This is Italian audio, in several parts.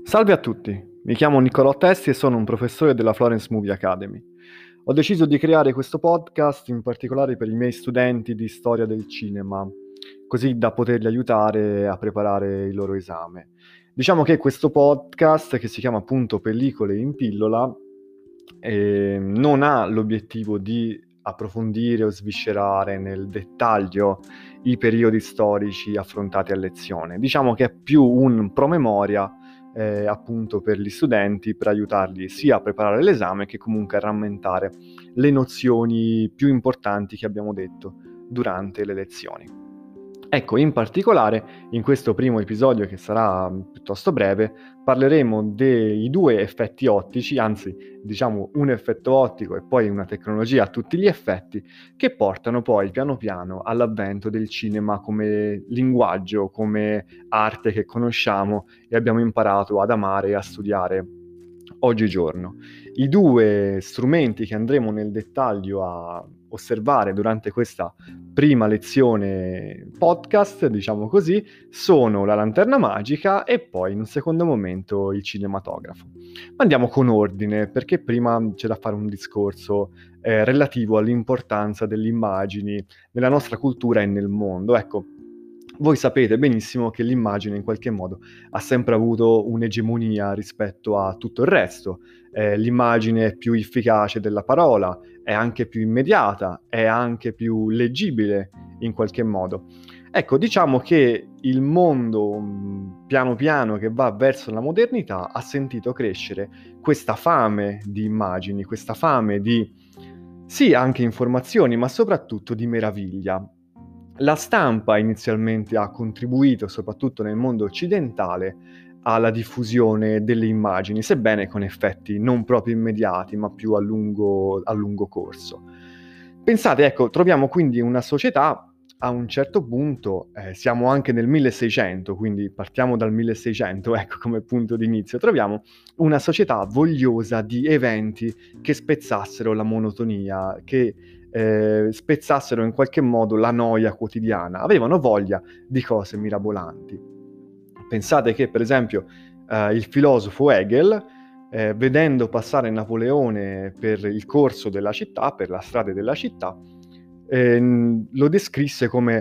Salve a tutti, mi chiamo Niccolò Testi e sono un professore della Florence Movie Academy. Ho deciso di creare questo podcast in particolare per i miei studenti di storia del cinema, così da poterli aiutare a preparare il loro esame. Diciamo che questo podcast, che si chiama appunto Pellicole in pillola, non ha l'obiettivo di approfondire o sviscerare nel dettaglio i periodi storici affrontati a lezione. Diciamo che è più un promemoria appunto per gli studenti, per aiutarli sia a preparare l'esame che comunque a rammentare le nozioni più importanti che abbiamo detto durante le lezioni. Ecco, in particolare, in questo primo episodio, che sarà piuttosto breve, parleremo dei due effetti ottici, anzi, diciamo un effetto ottico e poi una tecnologia a tutti gli effetti, che portano poi piano piano all'avvento del cinema come linguaggio, come arte che conosciamo e abbiamo imparato ad amare e a studiare oggigiorno. I due strumenti che andremo nel dettaglio a osservare durante questa prima lezione podcast, diciamo così, sono la lanterna magica e poi in un secondo momento il cinematografo. Ma andiamo con ordine, perché prima c'è da fare un discorso relativo all'importanza delle immagini nella nostra cultura e nel mondo. Ecco, voi sapete benissimo che l'immagine in qualche modo ha sempre avuto un'egemonia rispetto a tutto il resto. L'immagine è più efficace della parola, è anche più immediata, è anche più leggibile in qualche modo. Ecco, diciamo che il mondo, piano piano che va verso la modernità, ha sentito crescere questa fame di immagini, questa fame di, sì, anche informazioni, ma soprattutto di meraviglia. La stampa inizialmente ha contribuito, soprattutto nel mondo occidentale, alla diffusione delle immagini, sebbene con effetti non proprio immediati, ma più a lungo corso. Pensate, ecco, troviamo quindi una società a un certo punto, siamo anche nel 1600, quindi partiamo dal 1600, ecco, come punto di inizio, troviamo una società vogliosa di eventi che spezzassero la monotonia, che spezzassero in qualche modo la noia quotidiana, avevano voglia di cose mirabolanti. Pensate che, per esempio, il filosofo Hegel, vedendo passare Napoleone per il corso della città, per la strada della città, lo descrisse come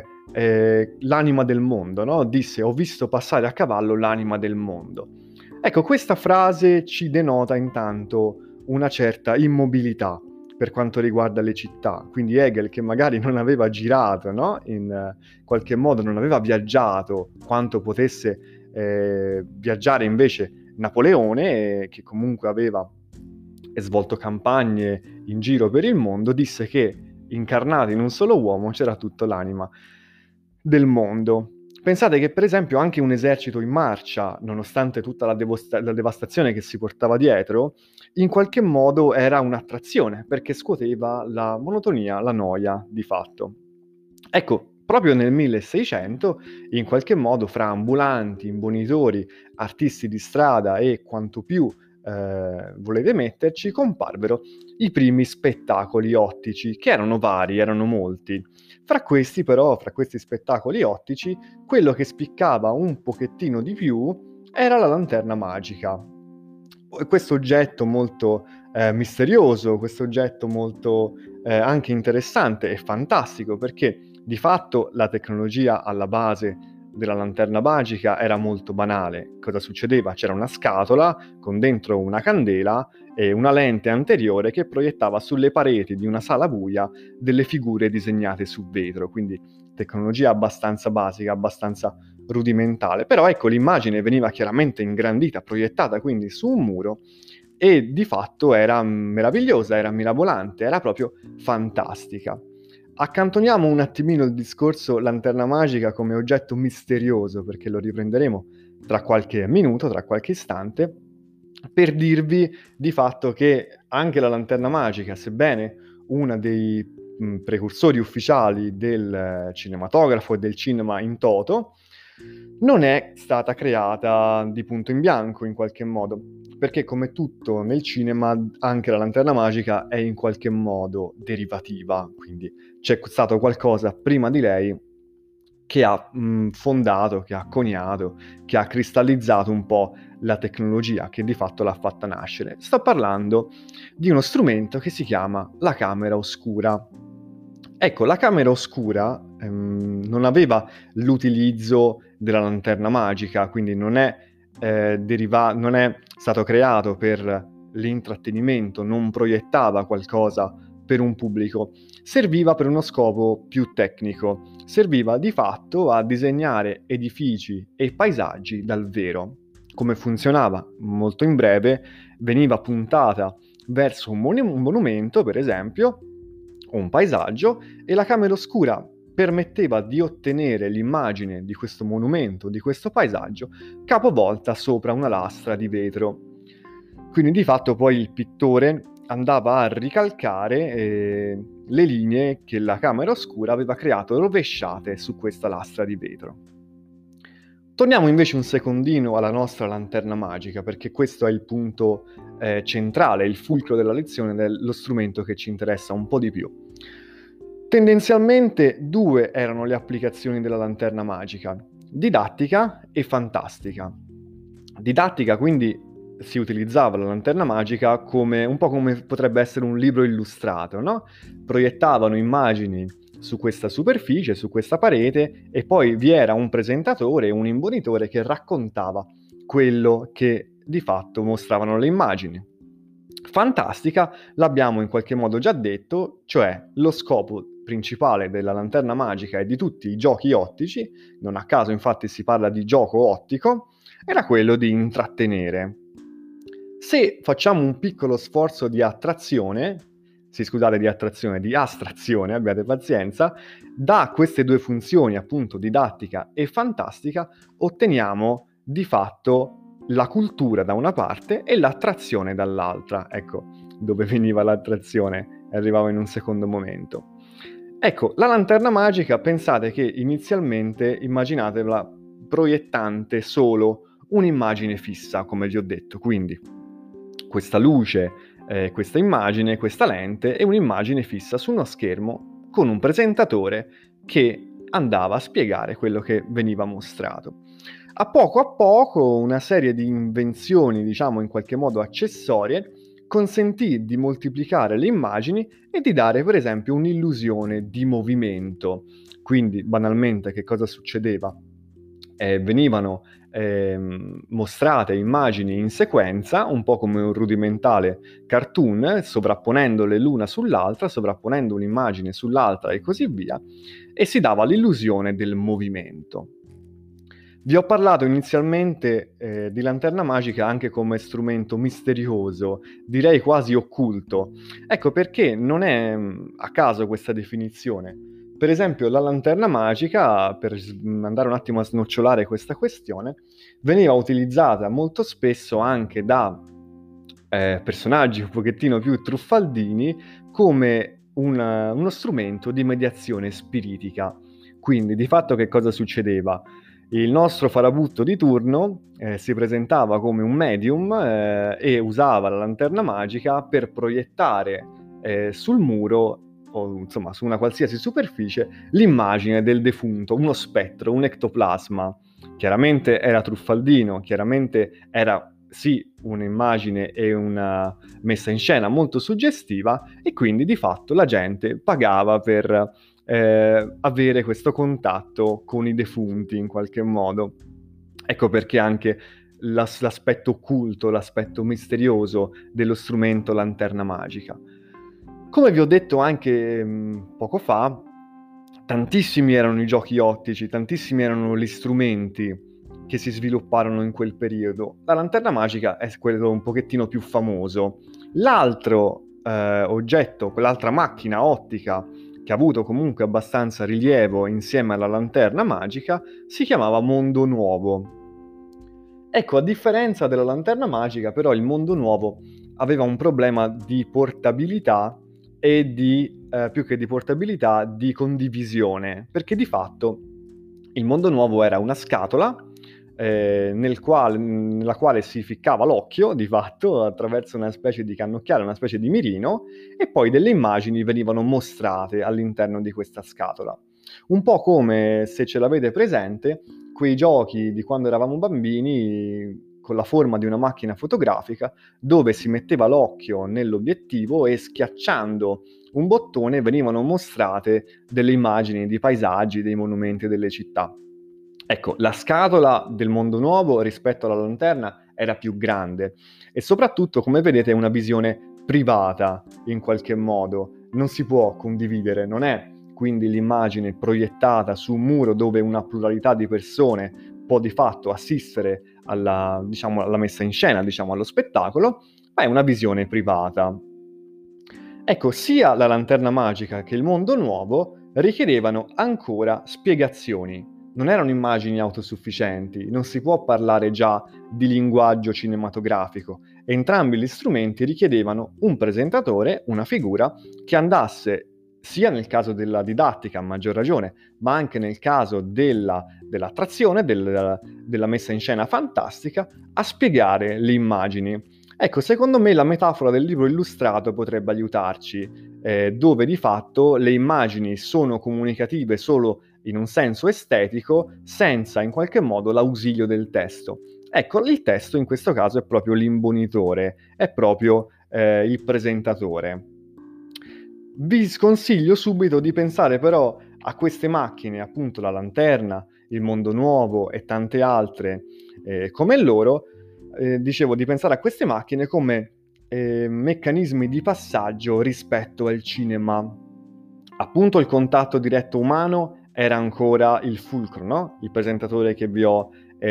l'anima del mondo, no? Disse: ho visto passare a cavallo l'anima del mondo. Ecco, questa frase ci denota intanto una certa immobilità per quanto riguarda le città. Quindi Hegel, che magari non aveva girato, no? In qualche modo non aveva viaggiato quanto potesse viaggiare invece Napoleone, che comunque aveva svolto campagne in giro per il mondo, disse che incarnato in un solo uomo c'era tutta l'anima del mondo. Pensate che per esempio anche un esercito in marcia, nonostante tutta la devastazione che si portava dietro, in qualche modo era un'attrazione, perché scuoteva la monotonia, la noia di fatto. Ecco, proprio nel 1600, in qualche modo, fra ambulanti, imbonitori, artisti di strada e quanto più volete metterci, comparvero i primi spettacoli ottici, che erano vari, erano molti. Fra questi però, fra questi spettacoli ottici, quello che spiccava un pochettino di più era la lanterna magica. Questo oggetto molto misterioso, questo oggetto molto anche interessante e fantastico, perché di fatto la tecnologia alla base della lanterna magica era molto banale. Cosa succedeva? C'era una scatola con dentro una candela e una lente anteriore che proiettava sulle pareti di una sala buia delle figure disegnate su vetro, quindi tecnologia abbastanza basica, abbastanza rudimentale. Però ecco, l'immagine veniva chiaramente ingrandita, proiettata quindi su un muro e di fatto era meravigliosa, era mirabolante, era proprio fantastica. Accantoniamo un attimino il discorso lanterna magica come oggetto misterioso, perché lo riprenderemo tra qualche minuto, tra qualche istante, per dirvi di fatto che anche la lanterna magica, sebbene una dei precursori ufficiali del cinematografo e del cinema in toto, non è stata creata di punto in bianco in qualche modo, perché come tutto nel cinema anche la lanterna magica è in qualche modo derivativa, quindi c'è stato qualcosa prima di lei che ha fondato, che ha coniato, che ha cristallizzato un po' la tecnologia che di fatto l'ha fatta nascere. Sto parlando di uno strumento che si chiama la camera oscura. Ecco, la camera oscura non aveva l'utilizzo della lanterna magica, quindi non è stato creato per l'intrattenimento, non proiettava qualcosa per un pubblico, serviva per uno scopo più tecnico, serviva di fatto a disegnare edifici e paesaggi dal vero. Come funzionava? Molto in breve, veniva puntata verso un monumento, per esempio, o un paesaggio, e la camera oscura permetteva di ottenere l'immagine di questo monumento, di questo paesaggio, capovolta sopra una lastra di vetro. Quindi di fatto poi il pittore andava a ricalcare le linee che la camera oscura aveva creato rovesciate su questa lastra di vetro. Torniamo invece un secondino alla nostra lanterna magica, perché questo è il punto centrale, il fulcro della lezione, dello strumento che ci interessa un po' di più. Tendenzialmente due erano le applicazioni della lanterna magica: didattica e fantastica. Didattica, quindi si utilizzava la lanterna magica come un po' come potrebbe essere un libro illustrato, no? Proiettavano immagini su questa superficie, su questa parete, e poi vi era un presentatore, un imbonitore che raccontava quello che di fatto mostravano le immagini. Fantastica, l'abbiamo in qualche modo già detto, cioè lo scopo principale della lanterna magica e di tutti i giochi ottici, non a caso infatti si parla di gioco ottico, era quello di intrattenere. Se facciamo un piccolo sforzo di astrazione, abbiate pazienza, da queste due funzioni, appunto didattica e fantastica, otteniamo di fatto la cultura da una parte e l'attrazione dall'altra. Ecco, dove veniva l'attrazione, arrivava in un secondo momento. Ecco, la lanterna magica, pensate che inizialmente immaginatela proiettante solo un'immagine fissa, come vi ho detto, quindi questa luce, questa immagine, questa lente è un'immagine fissa su uno schermo con un presentatore che andava a spiegare quello che veniva mostrato. A poco una serie di invenzioni, diciamo in qualche modo accessorie, consentì di moltiplicare le immagini e di dare per esempio un'illusione di movimento. Quindi banalmente che cosa succedeva? Venivano mostrate immagini in sequenza, un po' come un rudimentale cartoon, sovrapponendole l'una sull'altra, sovrapponendo un'immagine sull'altra e così via, e si dava l'illusione del movimento. Vi ho parlato inizialmente di lanterna magica anche come strumento misterioso, direi quasi occulto. Ecco perché non è a caso questa definizione. Per esempio, la lanterna magica, per andare un attimo a snocciolare questa questione, veniva utilizzata molto spesso anche da personaggi un pochettino più truffaldini come uno strumento di mediazione spiritica. Quindi, di fatto, che cosa succedeva? Il nostro farabutto di turno si presentava come un medium e usava la lanterna magica per proiettare sul muro o insomma su una qualsiasi superficie l'immagine del defunto, uno spettro, un ectoplasma. Chiaramente era truffaldino, chiaramente era sì un'immagine e una messa in scena molto suggestiva, e quindi di fatto la gente pagava per avere questo contatto con i defunti in qualche modo. Ecco perché anche l'aspetto occulto, l'aspetto misterioso dello strumento lanterna magica. Come vi ho detto anche poco fa, tantissimi erano i giochi ottici, tantissimi erano gli strumenti che si svilupparono in quel periodo. La lanterna magica è quello un pochettino più famoso. L'altro oggetto, quell'altra macchina ottica che ha avuto comunque abbastanza rilievo insieme alla lanterna magica, si chiamava Mondo Nuovo. Ecco, a differenza della lanterna magica, però il Mondo Nuovo aveva un problema di portabilità e più che di portabilità, di condivisione, perché di fatto il Mondo Nuovo era una scatola nella quale si ficcava l'occhio, di fatto, attraverso una specie di cannocchiale, una specie di mirino, e poi delle immagini venivano mostrate all'interno di questa scatola. Un po' come, se ce l'avete presente, quei giochi di quando eravamo bambini con la forma di una macchina fotografica dove si metteva l'occhio nell'obiettivo e schiacciando un bottone venivano mostrate delle immagini di paesaggi, dei monumenti, delle città. Ecco, la scatola del mondo nuovo rispetto alla lanterna era più grande e soprattutto, come vedete, è una visione privata in qualche modo, non si può condividere, non è quindi l'immagine proiettata su un muro dove una pluralità di persone può di fatto assistere alla, diciamo, alla messa in scena, diciamo, allo spettacolo, ma è una visione privata. Ecco, sia la lanterna magica che il mondo nuovo richiedevano ancora spiegazioni. Non erano immagini autosufficienti, non si può parlare già di linguaggio cinematografico. Entrambi gli strumenti richiedevano un presentatore, una figura, che andasse, sia nel caso della didattica, a maggior ragione, ma anche nel caso dell'attrazione, della messa in scena fantastica, a spiegare le immagini. Ecco, secondo me la metafora del libro illustrato potrebbe aiutarci, dove di fatto le immagini sono comunicative solo in un senso estetico, senza in qualche modo l'ausilio del testo. Ecco, il testo in questo caso è proprio l'imbonitore, è proprio il presentatore. Vi sconsiglio subito di pensare però a queste macchine, appunto la lanterna, il mondo nuovo e tante altre come loro, dicevo di pensare a queste macchine come meccanismi di passaggio rispetto al cinema. Appunto il contatto diretto umano era ancora il fulcro, no? Il presentatore che vi ho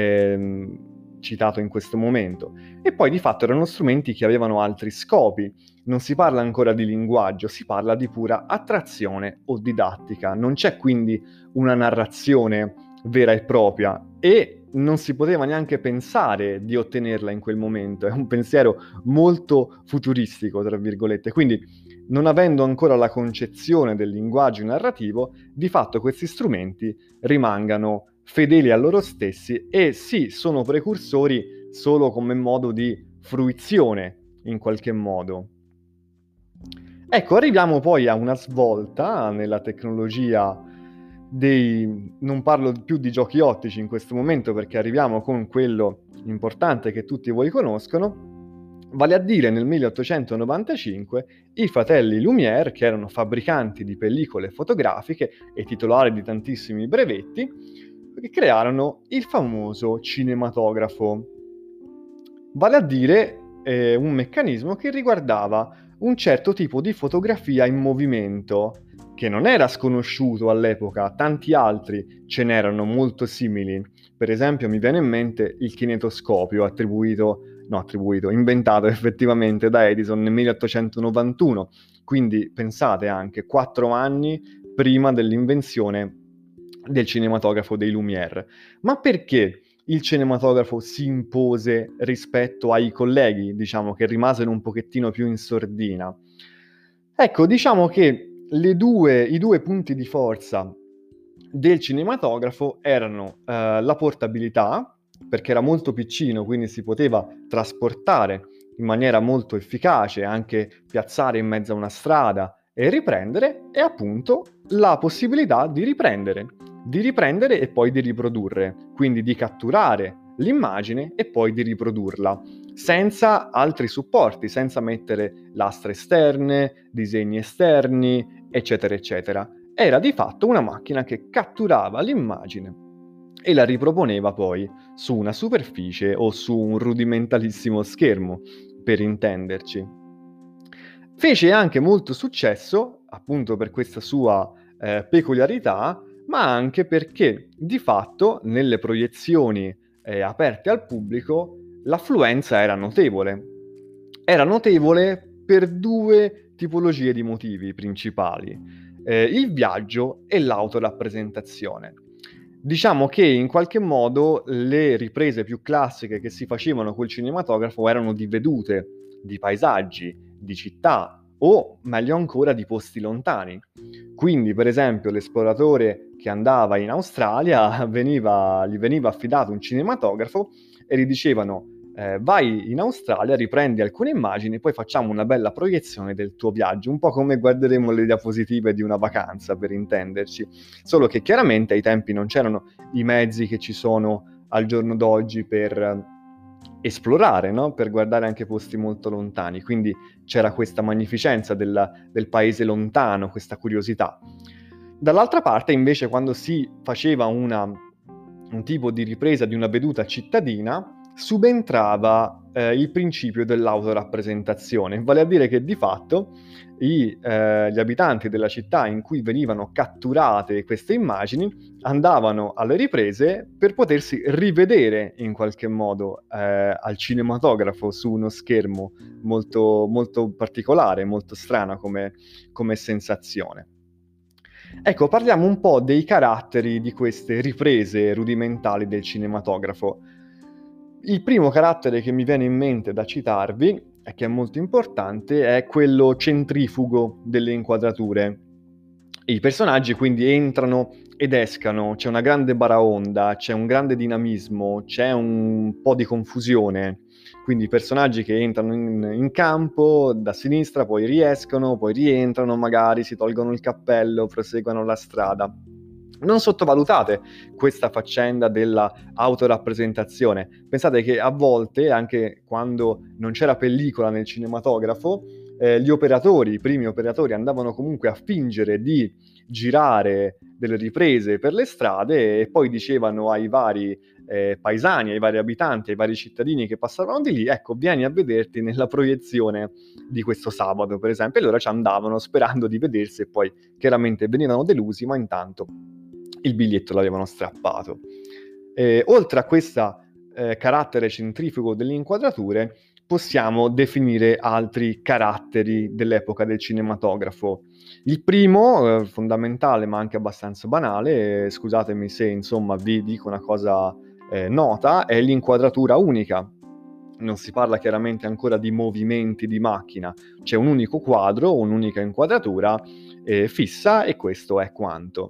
citato in questo momento. E poi di fatto erano strumenti che avevano altri scopi. Non si parla ancora di linguaggio, si parla di pura attrazione o didattica. Non c'è quindi una narrazione vera e propria e non si poteva neanche pensare di ottenerla in quel momento. È un pensiero molto futuristico, tra virgolette. Quindi, non avendo ancora la concezione del linguaggio narrativo, di fatto questi strumenti rimangano fedeli a loro stessi e sì, sono precursori solo come modo di fruizione, in qualche modo. Ecco, arriviamo poi a una svolta nella tecnologia non parlo più di giochi ottici in questo momento perché arriviamo con quello importante che tutti voi conoscono, vale a dire nel 1895 i fratelli Lumière, che erano fabbricanti di pellicole fotografiche e titolari di tantissimi brevetti, crearono il famoso cinematografo. Vale a dire un meccanismo che riguardava un certo tipo di fotografia in movimento, che non era sconosciuto all'epoca, tanti altri ce n'erano molto simili. Per esempio mi viene in mente il kinetoscopio, inventato effettivamente da Edison nel 1891, quindi pensate anche 4 anni prima dell'invenzione del cinematografo dei Lumière. Ma perché il cinematografo si impose rispetto ai colleghi, diciamo, che rimasero un pochettino più in sordina? Ecco, diciamo che i due punti di forza del cinematografo erano la portabilità, perché era molto piccino, quindi si poteva trasportare in maniera molto efficace, anche piazzare in mezzo a una strada e riprendere, e appunto la possibilità di riprendere e poi di riprodurre, quindi di catturare l'immagine e poi di riprodurla, senza altri supporti, senza mettere lastre esterne, disegni esterni, eccetera, eccetera. Era di fatto una macchina che catturava l'immagine e la riproponeva poi su una superficie o su un rudimentalissimo schermo, per intenderci. Fece anche molto successo, appunto per questa sua peculiarità, ma anche perché di fatto nelle proiezioni aperte al pubblico l'affluenza era notevole. Era notevole per 2 tipologie di motivi principali: il viaggio e l'autorappresentazione. Diciamo che in qualche modo le riprese più classiche che si facevano col cinematografo erano di vedute, di paesaggi, di città o, meglio ancora, di posti lontani. Quindi, per esempio, l'esploratore che andava in Australia gli veniva affidato un cinematografo e gli dicevano vai in Australia, riprendi alcune immagini, poi facciamo una bella proiezione del tuo viaggio, un po' come guarderemo le diapositive di una vacanza, per intenderci, solo che chiaramente ai tempi non c'erano i mezzi che ci sono al giorno d'oggi per esplorare, no? Per guardare anche posti molto lontani, quindi c'era questa magnificenza del paese lontano, questa curiosità. Dall'altra parte, invece, quando si faceva un tipo di ripresa di una veduta cittadina, subentrava il principio dell'autorappresentazione, vale a dire che di fatto gli abitanti della città in cui venivano catturate queste immagini andavano alle riprese per potersi rivedere in qualche modo al cinematografo su uno schermo molto, molto particolare, molto strana come sensazione. Ecco, parliamo un po' dei caratteri di queste riprese rudimentali del cinematografo. Il primo carattere che mi viene in mente da citarvi, e che è molto importante, è quello centrifugo delle inquadrature. I personaggi quindi entrano ed escano, c'è una grande baraonda, c'è un grande dinamismo, c'è un po' di confusione. Quindi personaggi che entrano in campo da sinistra, poi riescono, poi rientrano, magari si tolgono il cappello, proseguono la strada. Non sottovalutate questa faccenda della autorappresentazione. Pensate che a volte, anche quando non c'era pellicola nel cinematografo, i primi operatori andavano comunque a fingere di girare delle riprese per le strade e poi dicevano ai vari paesani, ai vari abitanti, ai vari cittadini che passavano di lì: ecco, vieni a vederti nella proiezione di questo sabato, per esempio. E loro ci andavano sperando di vedersi e poi chiaramente venivano delusi, ma intanto il biglietto l'avevano strappato. Oltre a questo carattere centrifugo delle inquadrature, possiamo definire altri caratteri dell'epoca del cinematografo. Il primo, fondamentale ma anche abbastanza banale, scusatemi se insomma vi dico una cosa nota, è l'inquadratura unica. Non si parla chiaramente ancora di movimenti di macchina, c'è un unico quadro, un'unica inquadratura fissa, e questo è quanto.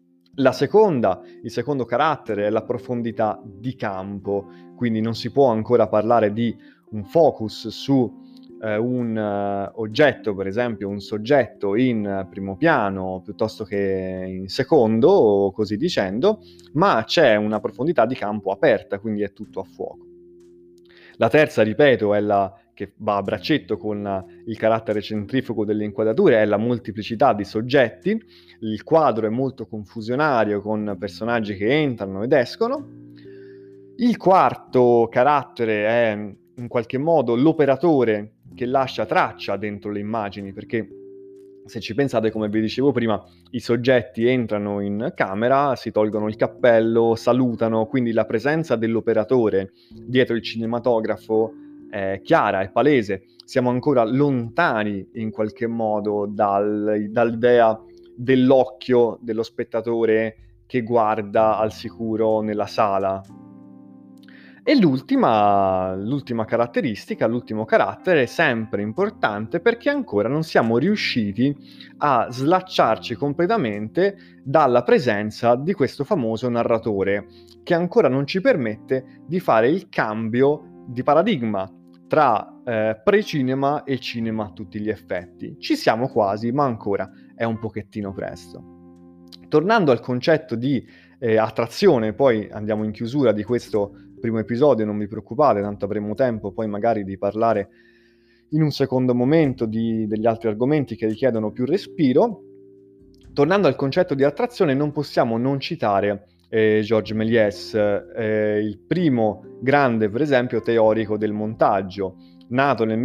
Il secondo carattere è la profondità di campo, quindi non si può ancora parlare di un focus su un oggetto, per esempio un soggetto in primo piano piuttosto che in secondo, o così dicendo, ma c'è una profondità di campo aperta, quindi è tutto a fuoco. La terza, ripeto, è la che va a braccetto con il carattere centrifugo delle inquadrature, è la molteplicità di soggetti. Il quadro è molto confusionario, con personaggi che entrano ed escono. Il quarto carattere è in qualche modo l'operatore che lascia traccia dentro le immagini, perché se ci pensate, come vi dicevo prima, i soggetti entrano in camera, si tolgono il cappello, salutano, quindi la presenza dell'operatore dietro il cinematografo è chiara, è palese. Siamo ancora lontani in qualche modo dall'idea dell'occhio dello spettatore che guarda al sicuro nella sala. E l'ultima caratteristica, l'ultimo carattere è sempre importante, perché ancora non siamo riusciti a slacciarci completamente dalla presenza di questo famoso narratore, che ancora non ci permette di fare il cambio di paradigma tra pre-cinema e cinema a tutti gli effetti. Ci siamo quasi, ma ancora è un pochettino presto. Tornando al concetto di attrazione, poi andiamo in chiusura di questo primo episodio, non vi preoccupate, tanto avremo tempo poi magari di parlare in un secondo momento degli altri argomenti che richiedono più respiro. Tornando al concetto di attrazione, non possiamo non citare Georges Méliès, il primo grande, per esempio, teorico del montaggio, nato nel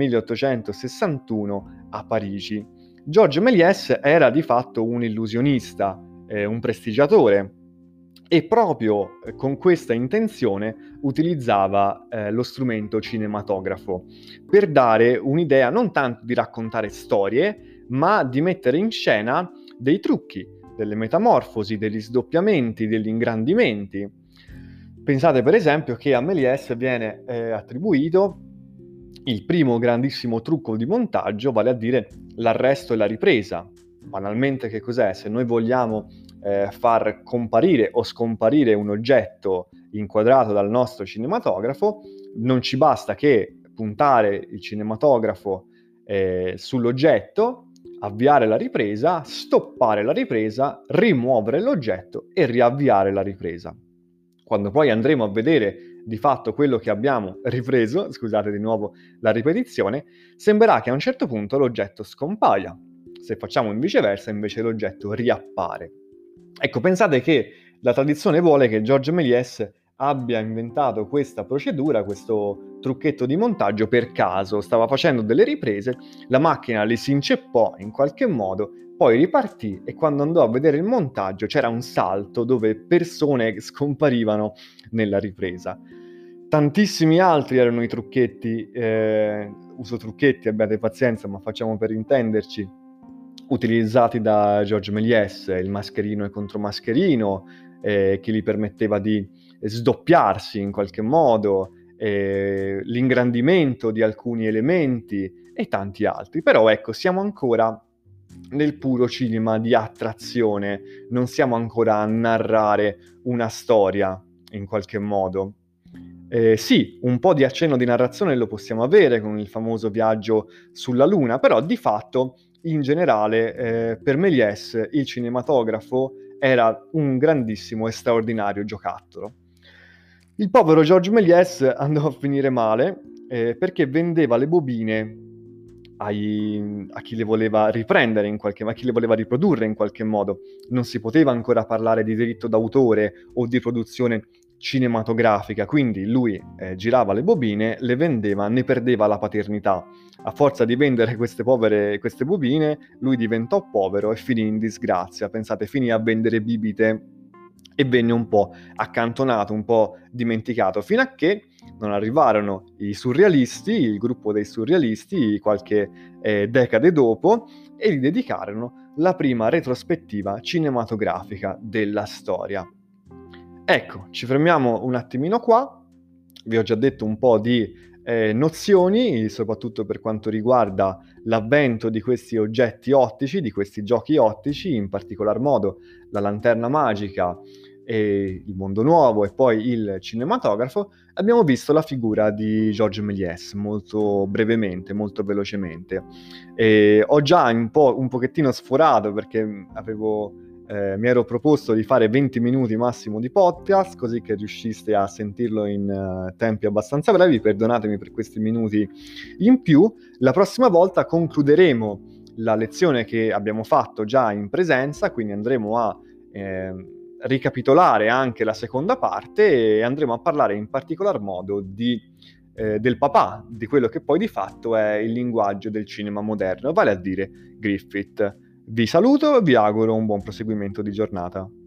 1861 a Parigi. Georges Méliès era di fatto un illusionista, un prestigiatore, e proprio con questa intenzione utilizzava lo strumento cinematografo per dare un'idea non tanto di raccontare storie, ma di mettere in scena dei trucchi, delle metamorfosi, degli sdoppiamenti, degli ingrandimenti. Pensate per esempio che a Méliès viene attribuito il primo grandissimo trucco di montaggio, vale a dire l'arresto e la ripresa. Banalmente, che cos'è? Se noi vogliamo far comparire o scomparire un oggetto inquadrato dal nostro cinematografo, non ci basta che puntare il cinematografo sull'oggetto, avviare la ripresa, stoppare la ripresa, rimuovere l'oggetto e riavviare la ripresa. Quando poi andremo a vedere di fatto quello che abbiamo ripreso, scusate di nuovo la ripetizione, sembrerà che a un certo punto l'oggetto scompaia. Se facciamo in viceversa, invece l'oggetto riappare. Ecco, pensate che la tradizione vuole che Georges Méliès abbia inventato questa procedura, questo trucchetto di montaggio per caso. Stava facendo delle riprese, la macchina li si inceppò in qualche modo, poi ripartì e quando andò a vedere il montaggio c'era un salto dove persone scomparivano nella ripresa. Tantissimi altri erano i trucchetti, uso trucchetti, abbiate pazienza, ma facciamo per intenderci, utilizzati da Georges Méliès, il mascherino e contromascherino, che gli permetteva di sdoppiarsi in qualche modo, l'ingrandimento di alcuni elementi e tanti altri. Però ecco, siamo ancora nel puro cinema di attrazione, non siamo ancora a narrare una storia in qualche modo. Sì, un po' di accenno di narrazione lo possiamo avere con il famoso viaggio sulla Luna, però di fatto, in generale, per Méliès il cinematografo era un grandissimo e straordinario giocattolo. Il povero Georges Méliès andò a finire male perché vendeva le bobine a chi le voleva riprendere in qualche, a chi le voleva riprodurre in qualche modo. Non si poteva ancora parlare di diritto d'autore o di produzione cinematografica, quindi lui girava le bobine, le vendeva, ne perdeva la paternità. A forza di vendere queste bobine, lui diventò povero e finì in disgrazia. Pensate, finì a vendere bibite e venne un po' accantonato, un po' dimenticato, fino a che non arrivarono i surrealisti, il gruppo dei surrealisti, qualche decade dopo, e gli dedicarono la prima retrospettiva cinematografica della storia. Ecco, ci fermiamo un attimino qua. Vi ho già detto un po' di nozioni, soprattutto per quanto riguarda l'avvento di questi oggetti ottici, di questi giochi ottici, in particolar modo la lanterna magica e il mondo nuovo e poi il cinematografo. Abbiamo visto la figura di Georges Méliès molto brevemente, molto velocemente. Ho già un pochettino sforato perché mi ero proposto di fare 20 minuti massimo di podcast, così che riusciste a sentirlo in tempi abbastanza brevi. Perdonatemi per questi minuti in più. La prossima volta concluderemo la lezione che abbiamo fatto già in presenza, quindi andremo a ricapitolare anche la seconda parte e andremo a parlare in particolar modo del papà, di quello che poi di fatto è il linguaggio del cinema moderno, vale a dire Griffith. Vi saluto e vi auguro un buon proseguimento di giornata.